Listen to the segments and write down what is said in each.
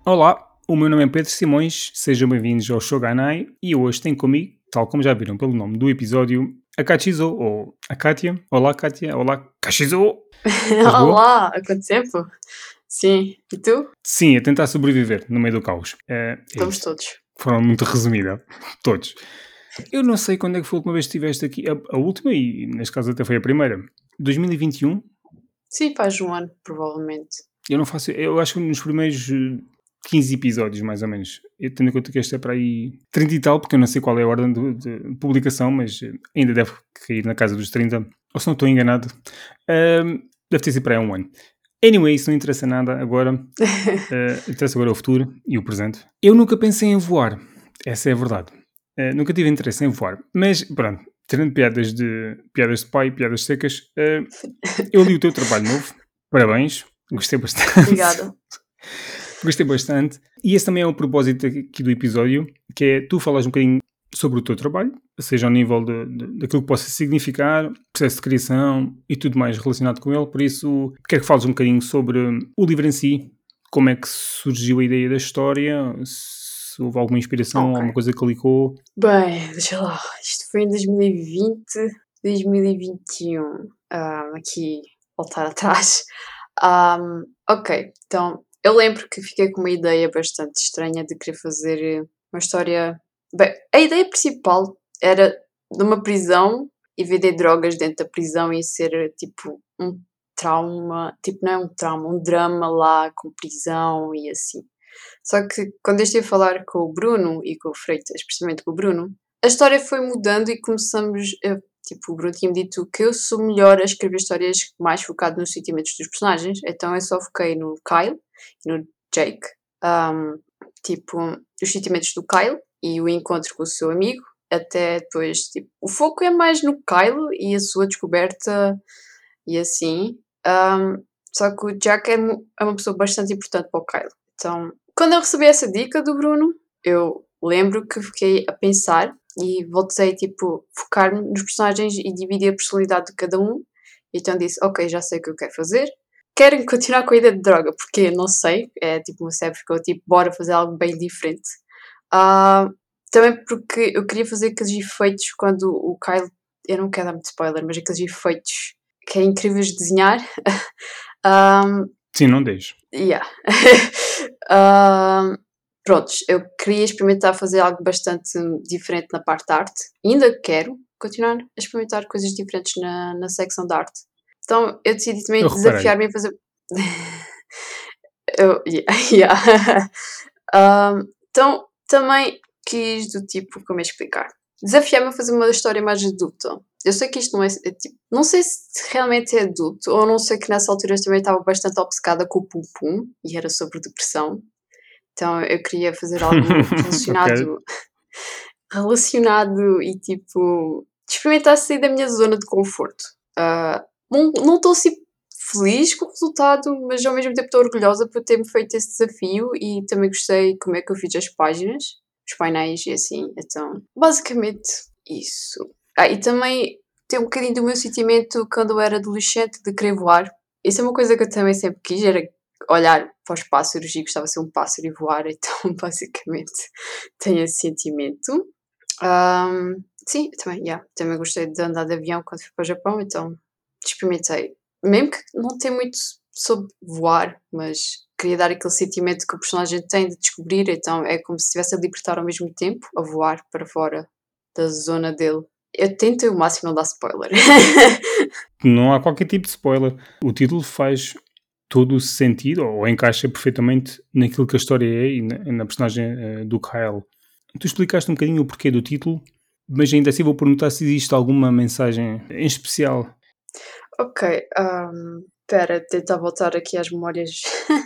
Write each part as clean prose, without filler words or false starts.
Olá, o meu nome é Pedro Simões, sejam bem-vindos ao Shoganai e hoje tenho comigo, tal como já viram pelo nome do episódio, a Kachizo, ou a Kátia. Olá Kátia, olá Kachizo! Estás boa? Olá, há quanto tempo? Sim, e tu? Sim, a tentar sobreviver no meio do caos. É Estamos isso. todos. De forma muito resumida. Todos. Eu não sei quando é que foi a última vez que estiveste aqui, a última e neste caso até foi a primeira. 2021? Sim, faz um ano, provavelmente. Eu não faço, eu acho que nos primeiros 15 episódios, mais ou menos. Eu tendo em conta que este é para aí 30 e tal, porque eu não sei qual é a ordem de publicação, mas ainda deve cair na casa dos 30, ou se não estou enganado, deve ter sido para aí um ano. Anyway, isso não interessa nada agora, interessa agora o futuro e o presente. Eu nunca pensei em voar, essa é a verdade. Nunca tive interesse em voar, mas pronto, tirando piadas de pai, piadas secas, eu li o teu trabalho novo, parabéns, gostei bastante. Obrigada. Gostei bastante. E esse também é o propósito aqui do episódio, que é tu falas um bocadinho sobre o teu trabalho, seja ao nível daquilo que possa significar, processo de criação e tudo mais relacionado com ele. Por isso, quero que fales um bocadinho sobre o livro em si, como é que surgiu a ideia da história, se houve alguma inspiração, Ok. alguma coisa que clicou. Bem, deixa lá. Isto foi em 2020, 2021. Aqui, voltar atrás. Ok, então, eu lembro que fiquei com uma ideia bastante estranha de querer fazer uma história. Bem, a ideia principal era de uma prisão e vender drogas dentro da prisão e ser tipo um trauma, tipo, não é um trauma, um drama lá com prisão e assim. Só que quando eu estive a falar com o Bruno e com o Freitas, especialmente com o Bruno, a história foi mudando e começamos a. Tipo, o Bruno tinha-me dito que eu sou melhor a escrever histórias mais focado nos sentimentos dos personagens, então eu só foquei no Kyle e no Jake. Um, tipo, os sentimentos do Kyle e o encontro com o seu amigo, até depois, tipo, o foco é mais no Kyle e a sua descoberta e assim. Só que o Jack é uma pessoa bastante importante para o Kyle. Então, quando eu recebi essa dica do Bruno, eu lembro que fiquei a pensar e voltei, tipo, focar-me nos personagens e dividir a personalidade de cada um. Então disse, ok, já sei o que eu quero fazer. Querem continuar com a ideia de droga? Porque não sei, é tipo uma série ficou tipo, bora fazer algo bem diferente. Ah, também porque eu queria fazer aqueles efeitos quando o Kyle, eu não quero dar muito spoiler, mas aqueles efeitos que é incríveis de desenhar. Sim, não deixo. Yeah. Prontos, eu queria experimentar fazer algo bastante diferente na parte de arte. Ainda quero continuar a experimentar coisas diferentes na secção de arte. Então eu decidi também Eu reparei. desafiar-me a fazer. Yeah. Então também quis do tipo, como é explicar? Desafiar-me a fazer uma história mais adulta. Eu sei que isto não é tipo, não sei se realmente é adulto, ou não sei que nessa altura eu também estava bastante obcecada com o Pum Pum e era sobre depressão. Então eu queria fazer algo Ok. relacionado e tipo experimentar sair da minha zona de conforto. Não estou assim feliz com o resultado, mas ao mesmo tempo estou orgulhosa por ter-me feito esse desafio e também gostei como é que eu fiz as páginas, os painéis e assim. Então, basicamente isso. E também tem um bocadinho do meu sentimento quando eu era adolescente de querer voar. Isso é uma coisa que eu também sempre quis, era olhar para os pássaros e gostava de ser um pássaro e voar, então basicamente tenho esse sentimento. Sim, também gostei de andar de avião quando fui para o Japão, então experimentei. Mesmo que não tem muito sobre voar, mas queria dar aquele sentimento que o personagem tem de descobrir, então é como se estivesse a libertar ao mesmo tempo, a voar para fora da zona dele. Eu tento o máximo não dar spoiler. Não há qualquer tipo de spoiler. O título faz todo o sentido, ou encaixa perfeitamente naquilo que a história é e na personagem do Kyle. Tu explicaste um bocadinho o porquê do título, mas ainda assim vou perguntar se existe alguma mensagem em especial. Ok, espera, tentar voltar aqui às memórias.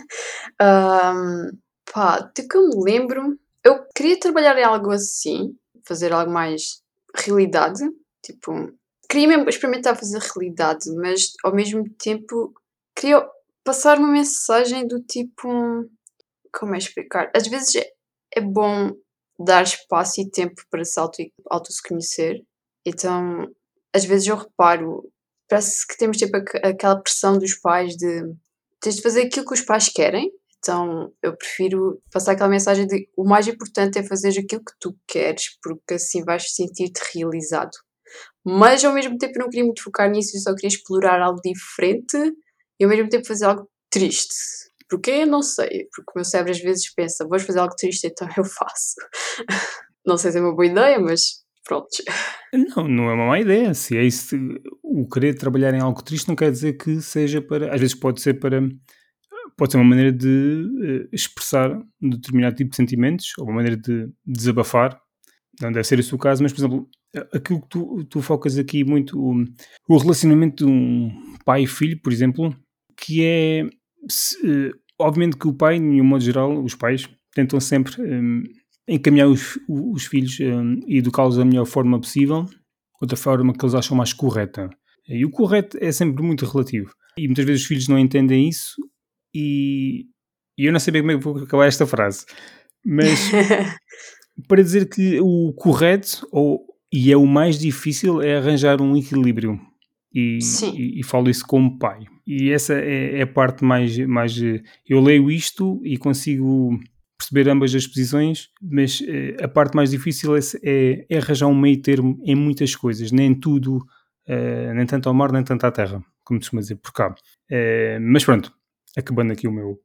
Ahm, Pá, do que eu me lembro, eu queria trabalhar em algo assim, fazer algo mais realidade, tipo, queria mesmo experimentar fazer realidade, mas ao mesmo tempo queria passar uma mensagem do tipo, como é explicar? Às vezes é bom dar espaço e tempo para se conhecer, então às vezes eu reparo, parece que temos tipo aquela pressão dos pais de tens de fazer aquilo que os pais querem, Então eu prefiro passar aquela mensagem de o mais importante é fazer aquilo que tu queres, porque assim vais sentir-te realizado. Mas ao mesmo tempo eu não queria muito focar nisso, eu só queria explorar algo diferente e ao mesmo tempo fazer algo triste. Porquê? Eu não sei, porque o meu cérebro às vezes pensa, vamos fazer algo triste, então eu faço. Não sei se é uma boa ideia, mas pronto. Não, não é uma má ideia. Se é isso, o querer trabalhar em algo triste não quer dizer que seja para. Às vezes pode ser para. Pode ser uma maneira de expressar um determinado tipo de sentimentos, ou uma maneira de desabafar. Não deve ser esse o caso, mas, por exemplo, aquilo que tu focas aqui muito, o relacionamento de um pai e filho, por exemplo, que é. Obviamente que o pai, de um modo geral, os pais tentam sempre encaminhar os filhos e educá-los da melhor forma possível, outra forma que eles acham mais correta. E o correto é sempre muito relativo. E muitas vezes os filhos não entendem isso e eu não sei bem como é que vou acabar esta frase, mas para dizer que o correto e é o mais difícil é arranjar um equilíbrio. Sim, E falo isso como pai. E essa é a parte mais. Eu leio isto e consigo perceber ambas as posições, mas a parte mais difícil é arranjar um meio termo em muitas coisas, nem tudo, nem tanto ao mar, nem tanto à terra, como costuma dizer por cá. Mas pronto, acabando aqui o meu.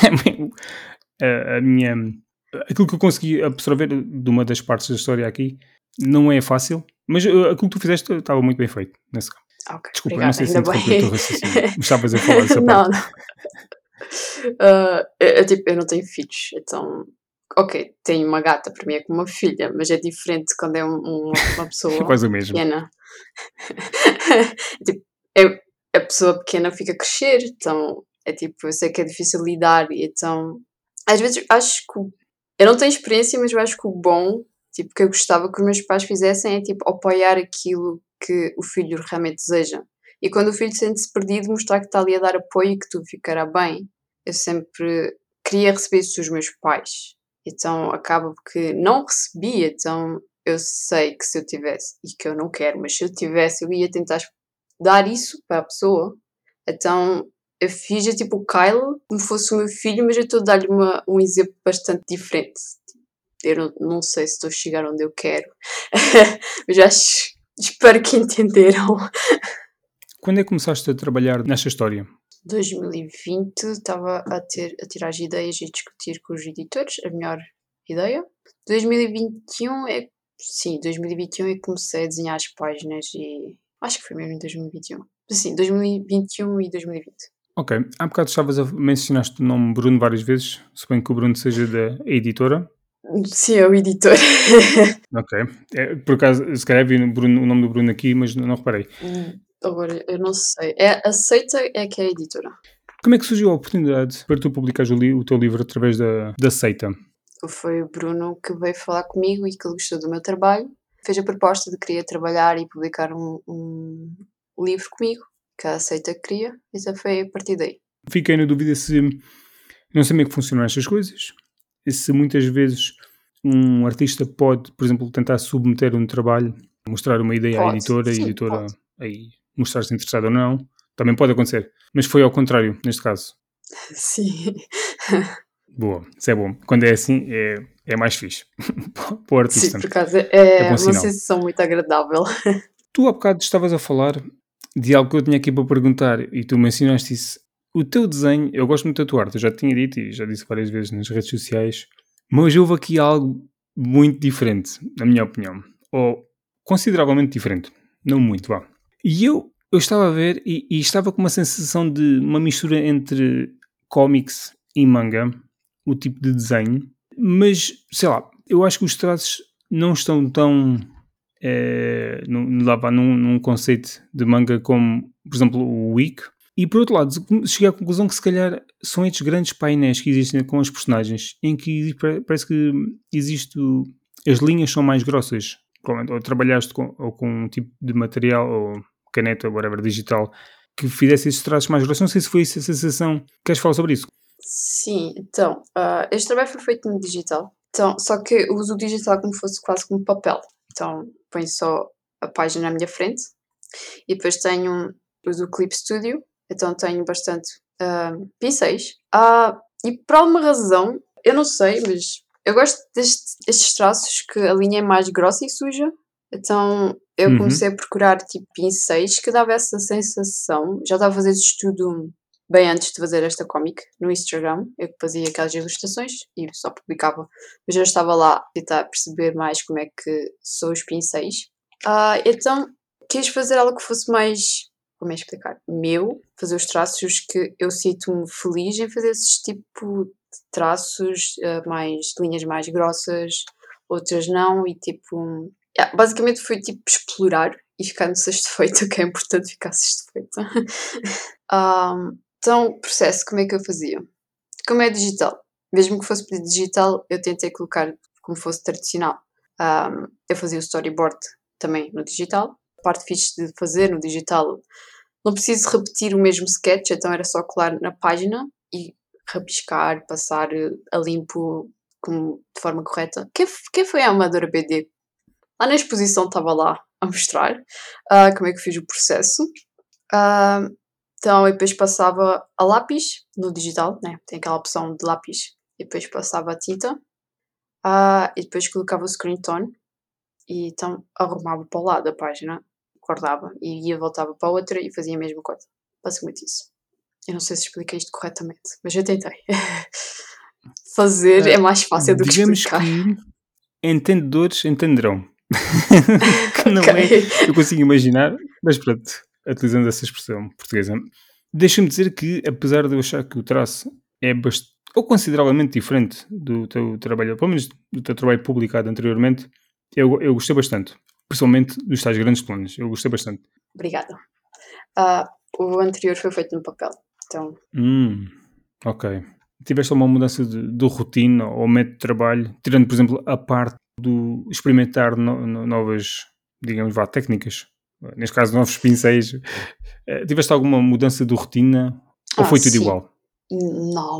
a minha. Aquilo que eu consegui absorver de uma das partes da história aqui não é fácil, mas aquilo que tu fizeste estava muito bem feito nesse campo. ok, Desculpa, eu não obrigada, sei se ainda interrompi o teu bem. raciocínio, mas estavas a falar dessa Não, parte. não. Tipo, eu não tenho filhos, então, ok, tenho uma gata, para mim é como uma filha, mas é diferente quando é uma É pessoa quase o mesmo. pequena. Tipo, é, a pessoa pequena fica a crescer, então é tipo, eu sei que é difícil lidar, e então às vezes acho que eu não tenho experiência, mas eu acho que o bom, tipo, que eu gostava que os meus pais fizessem é tipo apoiar aquilo que o filho realmente deseja. E quando o filho sente-se perdido, mostrar que está ali a dar apoio e que tudo ficará bem. Eu sempre queria receber isso dos meus pais. Então acaba que não recebia, então eu sei que se eu tivesse, e que eu não quero, mas se eu tivesse, eu ia tentar dar isso para a pessoa. Então eu fiz tipo o Kyle como fosse o meu filho, mas eu estou a dar-lhe um exemplo bastante diferente. Eu não sei se estou a chegar onde eu quero, mas espero que entenderam. Quando é que começaste a trabalhar nesta história? 2020 estava a tirar as ideias e discutir com os editores a melhor ideia. 2021 é. Sim, 2021 é que comecei a desenhar as páginas e. Acho que foi mesmo em 2021. Sim, 2021 e 2020. Ok, há bocado mencionaste o nome Bruno várias vezes, se bem que o Bruno seja da editora. Sim, é o editor. Ok, por acaso, se calhar vi o nome do Bruno aqui, mas não reparei. Agora, eu não sei. É Aceita é que é a editora. Como é que surgiu a oportunidade para tu publicares o teu livro através da Seita? Foi o Bruno que veio falar comigo e que ele gostou do meu trabalho. Fez a proposta de querer trabalhar e publicar um livro comigo, que a Aceita queria. Então foi a partir daí. Fiquei na dúvida se não sei como é que funcionam estas coisas, e se muitas vezes um artista pode, por exemplo, tentar submeter um trabalho, mostrar uma ideia à Pode, editora e a sim, editora pode. aí mostrar-se interessada ou não. Também pode acontecer, mas foi ao contrário neste caso. Sim. Boa, isso é bom. Quando é assim, é mais fixe para o Sim, artista. por acaso É bom é uma sinal. sensação muito agradável. Tu há bocado estavas a falar de algo que eu tinha aqui para perguntar e tu mencionaste isso. O teu desenho, eu gosto muito da tua arte, eu já te tinha dito e já disse várias vezes nas redes sociais, mas houve aqui algo muito diferente, na minha opinião. Ou consideravelmente diferente. Não muito, vá. E eu estava a ver e estava com uma sensação de uma mistura entre cómics e manga, o tipo de desenho, mas sei lá, eu acho que os traços não estão tão num conceito de manga como, por exemplo, o Wick. E por outro lado, cheguei à conclusão que se calhar são estes grandes painéis que existem com os personagens, em que parece que existe as linhas são mais grossas. Provavelmente, ou trabalhaste com um tipo de material, ou caneta, ou whatever, digital, que fizesse esses traços mais grossos. Não sei se foi essa a sensação. Queres falar sobre isso? Sim, então, este trabalho foi feito no digital. Então, só que eu uso o digital como fosse quase como papel. Então, ponho só a página na minha frente e depois uso o Clip Studio, então tenho bastante pincéis. E por alguma razão, eu não sei, mas eu gosto destes traços que a linha é mais grossa e suja. Então eu comecei a procurar tipo pincéis que dava essa sensação. Já estava a fazer esse estudo bem antes de fazer esta comic no Instagram. Eu que fazia aquelas ilustrações e só publicava. Mas eu estava lá a tentar perceber mais como é que são os pincéis. Então quis fazer algo que fosse mais, como é explicar, fazer os traços que eu sinto-me feliz em fazer esses tipo de traços, mais linhas mais grossas, outras não, e tipo, basicamente foi tipo explorar e ficar no sexto feito, que é importante ficar sexto feito. Então, o processo, como é que eu fazia? Como é digital, mesmo que fosse digital, eu tentei colocar como fosse tradicional. Eu fazia o storyboard também no digital. A parte fixe de fazer no digital, não preciso repetir o mesmo sketch, então era só colar na página e rabiscar, passar a limpo de forma correta. Quem foi a Amadora BD? Lá na exposição estava lá a mostrar como é que fiz o processo. Então eu depois passava a lápis no digital, né? Tem aquela opção de lápis, e depois passava a tinta e depois colocava o screen tone e então arrumava para o lado da página, guardava e voltava para a outra e fazia a mesma coisa. Basicamente isso. Eu não sei se expliquei isto corretamente, mas eu tentei. Fazer é mais fácil do que Digamos explicar. que entendedores entenderão. Que não Ok. é, eu consigo imaginar, mas pronto, utilizando essa expressão portuguesa. Deixa-me dizer que, apesar de eu achar que o traço é bastante, ou consideravelmente diferente do teu trabalho, pelo menos do teu trabalho publicado anteriormente, eu gostei bastante. Principalmente dos tais grandes planos, eu gostei bastante. Obrigada. O anterior foi feito no papel, então... Ok. Tiveste uma mudança de rotina ou método de trabalho, tirando, por exemplo, a parte do experimentar novas, digamos, técnicas, neste caso, novos pincéis. Tiveste alguma mudança de rotina ou foi tudo sim. igual? Não.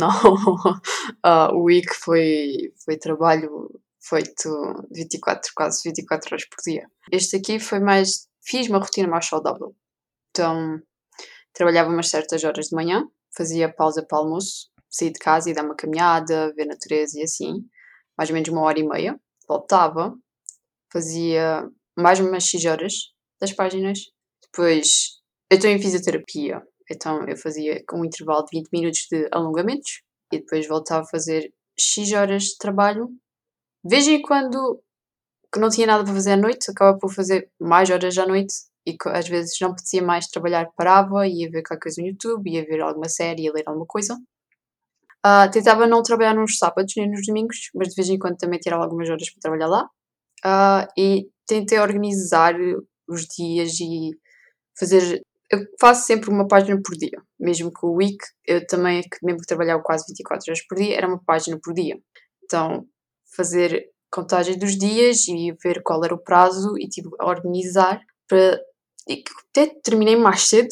O week foi trabalho feito 24, quase 24 horas por dia. Este aqui foi mais... Fiz uma rotina mais saudável. Então, trabalhava umas certas horas de manhã, fazia pausa para almoço, saía de casa e dar uma caminhada, ver a natureza e assim, mais ou menos 1h30. Voltava, fazia mais umas 6 horas das páginas. Depois, eu também fiz a terapia, então eu fazia com um intervalo de 20 minutos de alongamentos e depois voltava a fazer X horas de trabalho. De vez em quando, que não tinha nada para fazer à noite, acabava por fazer mais horas à noite e às vezes não apetecia mais trabalhar, parava, ia ver qualquer coisa no YouTube, ia ver alguma série, ia ler alguma coisa. Tentava não trabalhar nos sábados nem nos domingos, mas de vez em quando também tirava algumas horas para trabalhar lá. E tentei organizar os dias e fazer... Eu faço sempre uma página por dia, mesmo que o week, eu também, mesmo que trabalhava quase 24 horas por dia, era uma página por dia. Então, fazer contagem dos dias e ver qual era o prazo e tipo, organizar para... E até terminei mais cedo.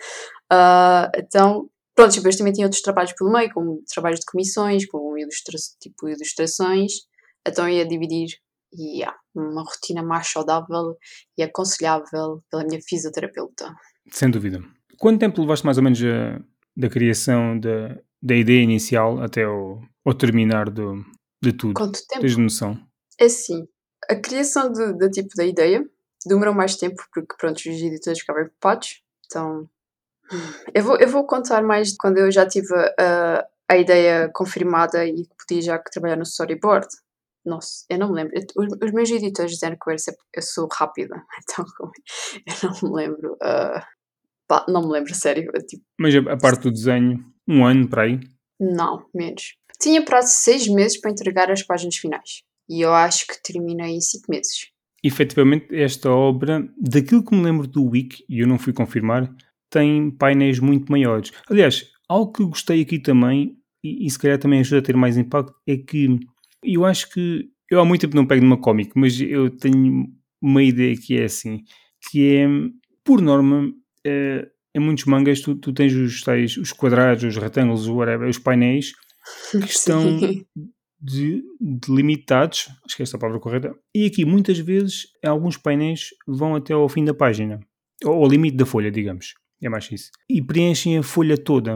Então, pronto, depois também tinha outros trabalhos pelo meio, como trabalhos de comissões, com ilustrações. Então ia dividir e uma rotina mais saudável e aconselhável pela minha fisioterapeuta. Sem dúvida. Quanto tempo levaste mais ou menos da criação da ideia inicial até ao terminar de tudo? Quanto tempo? Tens noção? É assim, a criação da ideia demorou mais tempo porque, pronto, os editores ficavam ocupados. Então, eu vou contar mais de quando eu já tive a ideia confirmada e podia já trabalhar no storyboard. Nossa, eu não me lembro. Os meus editores disseram que eu sou rápida, então eu não me lembro. Não me lembro, sério. Tipo, Mas a parte do desenho, 1 ano para aí? não, menos. Tinha prazo de 6 meses para entregar as páginas finais. E eu acho que terminei em 5 meses. Efetivamente, esta obra, daquilo que me lembro do Wiki, e eu não fui confirmar, tem painéis muito maiores. Aliás, algo que gostei aqui também, e se calhar também ajuda a ter mais impacto, é que eu acho que eu há muito tempo não pego numa cómic, mas eu tenho uma ideia que é assim, que é, por norma, em muitos mangas tu tens os quadrados, os retângulos, whatever, os painéis que estão Sim. delimitados, acho que é esta a palavra correta, e aqui muitas vezes alguns painéis vão até ao fim da página, ou ao limite da folha, digamos, é mais isso, e preenchem a folha toda.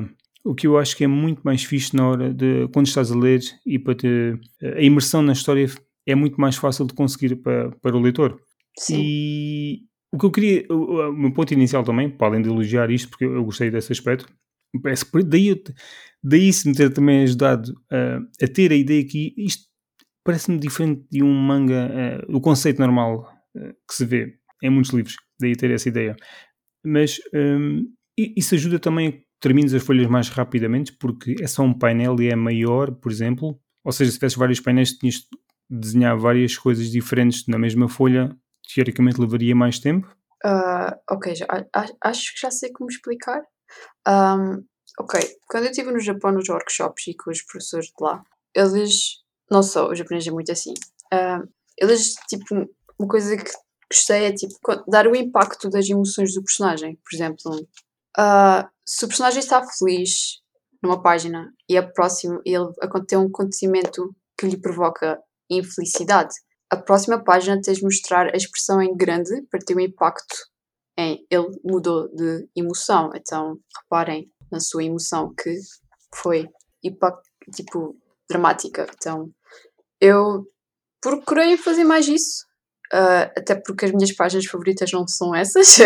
O que eu acho que é muito mais fixe na hora de quando estás a ler e para ter a imersão na história é muito mais fácil de conseguir para o leitor. Sim. E o que eu queria, o meu ponto inicial também, para além de elogiar isto, porque eu gostei desse aspecto, parece que daí se me ter também ajudado a ter a ideia que isto parece-me diferente de um manga, o conceito normal que se vê em muitos livros, daí ter essa ideia. Mas isso ajuda também a que termines as folhas mais rapidamente, porque é só um painel e é maior, por exemplo. Ou seja, se tivesse vários painéis, tinhas de desenhar várias coisas diferentes na mesma folha, teoricamente levaria mais tempo. Ok, acho que já sei como explicar. Ahm, ok, quando eu estive no Japão nos workshops e com os professores de lá, eles, não só, o japonês é muito assim, eles, tipo, uma coisa que gostei é, tipo, dar o impacto das emoções do personagem. Por exemplo, se o personagem está feliz numa página e a próxima, ele tem um acontecimento que lhe provoca infelicidade, a próxima página tens de mostrar a expressão em grande para ter um impacto em ele mudou de emoção. Então, reparem na sua emoção que foi tipo dramática. Então, eu procurei fazer mais isso, até porque as minhas páginas favoritas não são essas.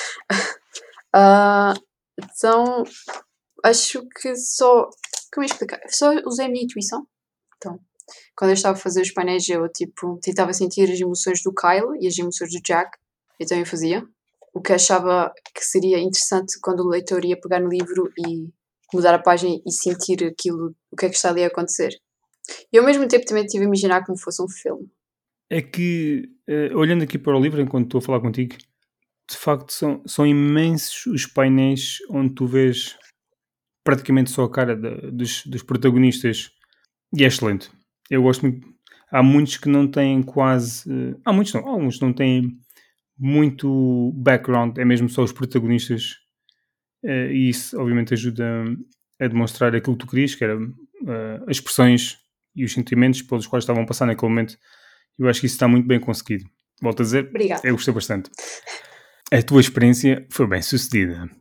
Ah, então, acho que só. Como explicar? Só usei a minha intuição. Então, quando eu estava a fazer os painéis, eu tipo, tentava sentir as emoções do Kyle e as emoções do Jack, então eu fazia. O que achava que seria interessante quando o leitor ia pegar no livro e mudar a página e sentir aquilo, o que é que está ali a acontecer. E ao mesmo tempo também estive a imaginar como fosse um filme. É que, olhando aqui para o livro, enquanto estou a falar contigo, de facto são imensos os painéis onde tu vês praticamente só a cara dos protagonistas e é excelente. Eu gosto muito. Há muitos que não têm quase. Há muitos não, alguns não têm muito background, é mesmo só os protagonistas, e isso obviamente ajuda a demonstrar aquilo que tu querias, que era as expressões e os sentimentos pelos quais estavam a passar naquele momento. Eu acho que isso está muito bem conseguido. Volto a dizer, Obrigada. eu gostei bastante. A tua experiência foi bem sucedida.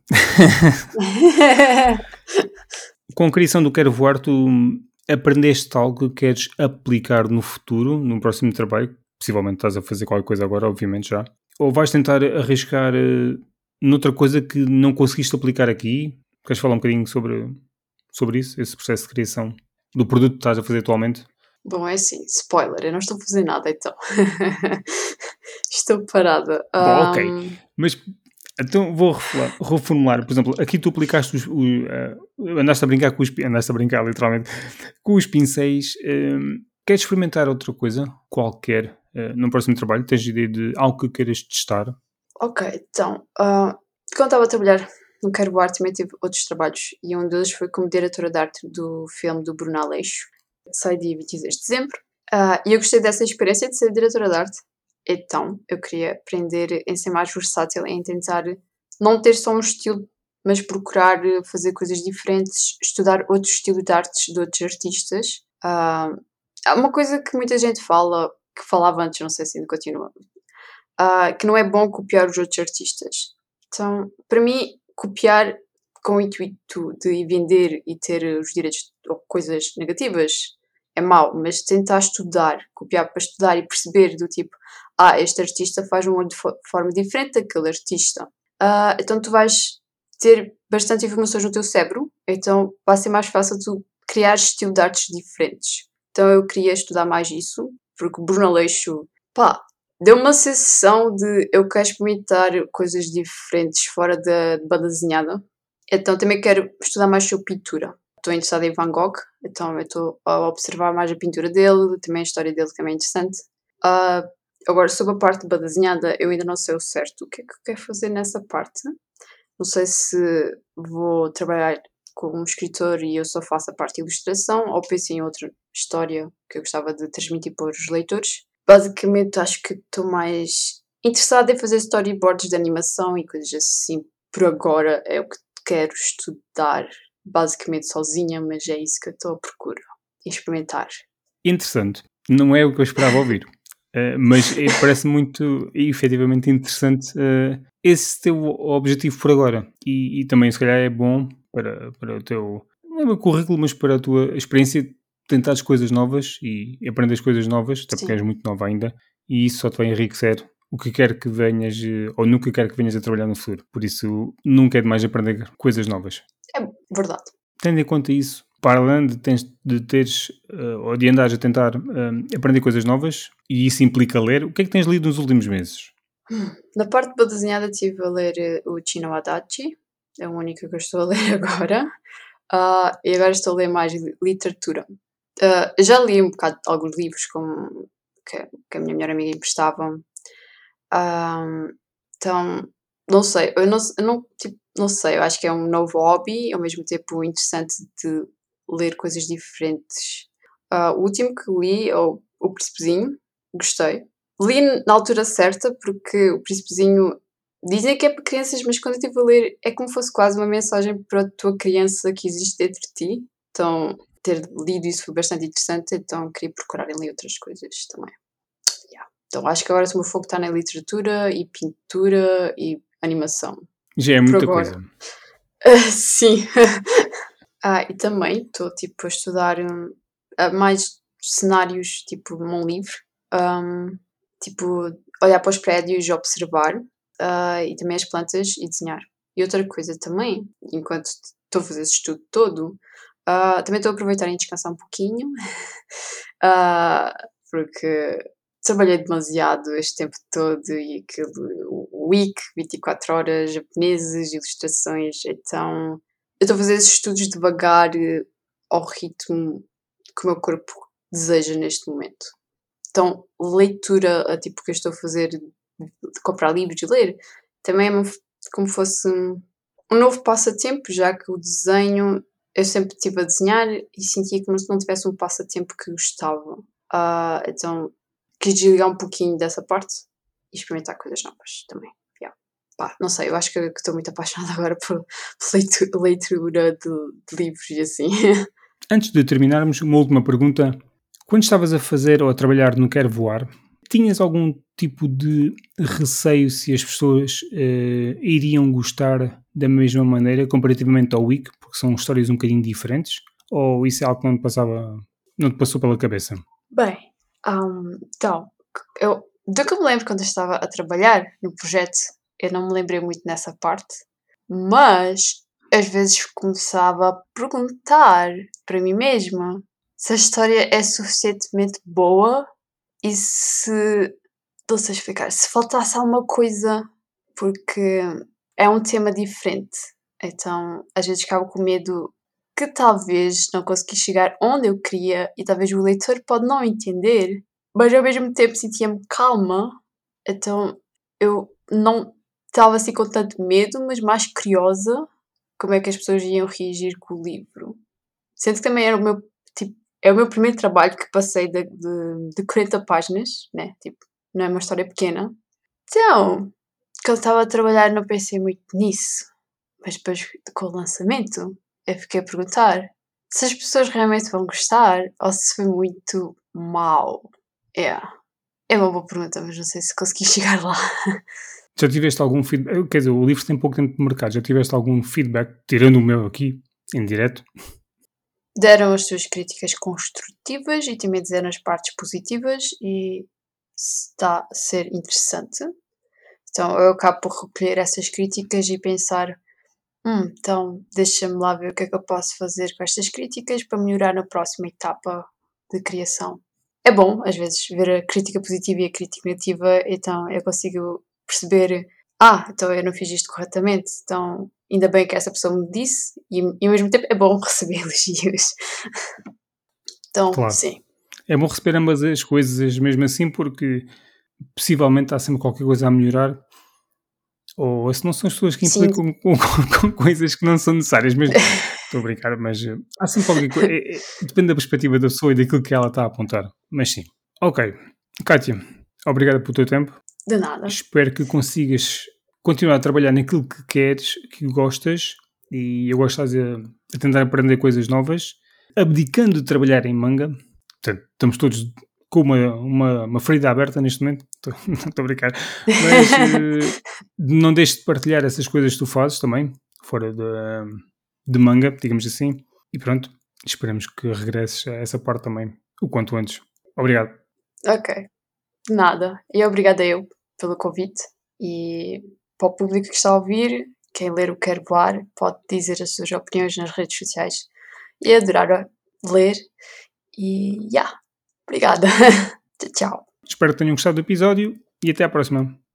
Com a criação do Quero Voar, tu aprendeste algo que queres aplicar no futuro, no próximo trabalho? Possivelmente estás a fazer qualquer coisa agora, obviamente já. Ou vais tentar arriscar noutra coisa que não conseguiste aplicar aqui? Queres falar um bocadinho sobre isso, esse processo de criação do produto que estás a fazer atualmente? Bom, é assim, spoiler, eu não estou a fazer nada então. Estou parada. Bom, ok. Mas então vou reformular. Por exemplo, aqui tu aplicaste andaste a brincar andaste a brincar literalmente com os pincéis. Queres experimentar outra coisa qualquer no próximo trabalho? Tens ideia de algo que queiras testar? Ok, então, quando estava a trabalhar no Quero Voar também tive outros trabalhos e um deles foi como diretora de arte do filme do Bruno Aleixo. Sai dia 22 de dezembro. E eu gostei dessa experiência de ser diretora de arte. Então, eu queria aprender em ser mais versátil, em tentar não ter só um estilo, mas procurar fazer coisas diferentes, estudar outros estilos de artes de outros artistas. Há uma coisa que muita gente fala, que falava antes, não sei se ainda continua, que não é bom copiar os outros artistas. Então, para mim, copiar com o intuito de vender e ter os direitos ou coisas negativas é mau, mas tentar estudar, copiar para estudar e perceber do tipo, este artista faz um olho de forma diferente daquele artista. Então tu vais ter bastante informações no teu cérebro, então vai ser mais fácil tu criar estilo de artes diferentes. Então eu queria estudar mais isso, porque o Bruno Aleixo, deu-me uma sensação de eu quero experimentar coisas diferentes fora da banda desenhada. Então também quero estudar mais sobre pintura. Estou interessada em Van Gogh, então eu estou a observar mais a pintura dele, também a história dele também é interessante. Agora, sobre a parte de banda desenhada, eu ainda não sei o certo o que é que eu quero fazer nessa parte. Não sei se vou trabalhar como escritor e eu só faço a parte de ilustração ou penso em outra história que eu gostava de transmitir para os leitores. Basicamente, acho que estou mais interessada em fazer storyboards de animação e coisas assim. Por agora é o que quero estudar, basicamente sozinha, mas é isso que eu estou à procura. Experimentar. Interessante. Não é o que eu esperava ouvir. Mas parece muito efetivamente interessante esse teu objetivo por agora. E também, se calhar, é bom para o teu não é o meu currículo, mas para a tua experiência, tentares coisas novas e aprenderes coisas novas, até porque és Sim. muito nova ainda, e isso só te vai enriquecer o que quer que venhas, ou nunca quer que venhas a trabalhar no futuro. Por isso, nunca é demais aprender coisas novas. É verdade. Tendo em conta isso, para além de teres, ou de andares a tentar aprender coisas novas, e isso implica ler, o que é que tens lido nos últimos meses? Na parte de desenhada estive a ler o Chino Adachi, é o único que eu estou a ler agora. E agora estou a ler mais literatura. Já li um bocado de alguns livros que a minha melhor amiga emprestava. Então, não sei, eu não, tipo, não sei, eu acho que é um novo hobby, ao mesmo tempo interessante de ler coisas diferentes. O último que li é o Príncipezinho, gostei. Li na altura certa, porque o Príncipezinho dizem que é para crianças, mas quando eu estive a ler é como se fosse quase uma mensagem para a tua criança que existe dentro de ti. Então, ter lido isso foi bastante interessante, então queria procurar em ler outras coisas também. Yeah. Então, acho que agora o meu foco está na literatura e pintura e animação. Já é Por muita agora. coisa. Sim. E também estou tipo a estudar mais cenários tipo num livro. Tipo, olhar para os prédios, observar e também as plantas e desenhar. E outra coisa também, enquanto estou a fazer esse estudo todo, também estou a aproveitar e descansar um pouquinho, porque trabalhei demasiado este tempo todo e aquilo, o week, 24 horas, japoneses, ilustrações, então eu estou a fazer esses estudos devagar ao ritmo que o meu corpo deseja neste momento. Então, leitura, tipo, que eu estou a fazer de comprar livros e ler, também é como fosse um novo passatempo, já que o desenho, eu sempre estive a desenhar e sentia como se não tivesse um passatempo que gostava. Então, quis desligar um pouquinho dessa parte e experimentar coisas novas também. Yeah. Não sei, eu acho que estou muito apaixonada agora por leitura de livros e assim. Antes de terminarmos, uma última pergunta. Quando estavas a fazer ou a trabalhar no Quero Voar, tinhas algum tipo de receio se as pessoas iriam gostar da mesma maneira comparativamente ao Week, porque são histórias um bocadinho diferentes? Ou isso é algo que não te passou pela cabeça? Bem, então, do que eu me lembro quando eu estava a trabalhar no projeto, eu não me lembrei muito nessa parte, mas às vezes começava a perguntar para mim mesma se a história é suficientemente boa e se, não sei explicar, se faltasse alguma coisa, porque é um tema diferente. Então, às vezes ficava com medo que talvez não conseguisse chegar onde eu queria e talvez o leitor pode não entender, mas ao mesmo tempo sentia-me calma, então eu não estava assim com tanto medo, mas mais curiosa como é que as pessoas iam reagir com o livro. Sendo que também era o meu, tipo, é o meu primeiro trabalho que passei de 40 páginas, né? Tipo, não é uma história pequena. Então, quando estava a trabalhar não pensei muito nisso. Mas depois com o lançamento, eu fiquei a perguntar se as pessoas realmente vão gostar ou se foi muito mau. É uma boa pergunta, mas não sei se consegui chegar lá. Já tiveste algum feedback? Quer dizer, o livro tem pouco tempo de mercado. Já tiveste algum feedback, tirando o meu aqui, em direto? Deram as suas críticas construtivas e também disseram as partes positivas e está a ser interessante. Então eu acabo por recolher essas críticas e pensar, então deixa-me lá ver o que é que eu posso fazer com estas críticas para melhorar na próxima etapa de criação. É bom, às vezes, ver a crítica positiva e a crítica negativa, então eu consigo perceber, então eu não fiz isto corretamente, então ainda bem que essa pessoa me disse e ao mesmo tempo é bom receber elogios. Então, Claro. sim. É bom receber ambas as coisas mesmo assim, porque possivelmente há sempre qualquer coisa a melhorar, ou se não são as pessoas que Sim. implicam com coisas que não são necessárias, mas estou a brincar, mas há sempre qualquer coisa, depende da perspectiva da pessoa e daquilo que ela está a apontar, mas sim. Ok, Kátia, obrigado pelo teu tempo, De nada. espero que consigas continuar a trabalhar naquilo que queres, que gostas, e eu gosto de a tentar aprender coisas novas, abdicando de trabalhar em manga. Portanto, estamos todos com uma ferida aberta neste momento. Estou a brincar. Mas não deixes de partilhar essas coisas que tu fazes também, fora de manga, digamos assim. E pronto, esperamos que regresses a essa parte também, o quanto antes. Obrigado. Ok, de nada. E obrigada eu pelo convite. E para o público que está a ouvir, quem ler o Quero Voar pode dizer as suas opiniões nas redes sociais. E adorar ler. E, obrigada. Tchau. Espero que tenham gostado do episódio e até à próxima.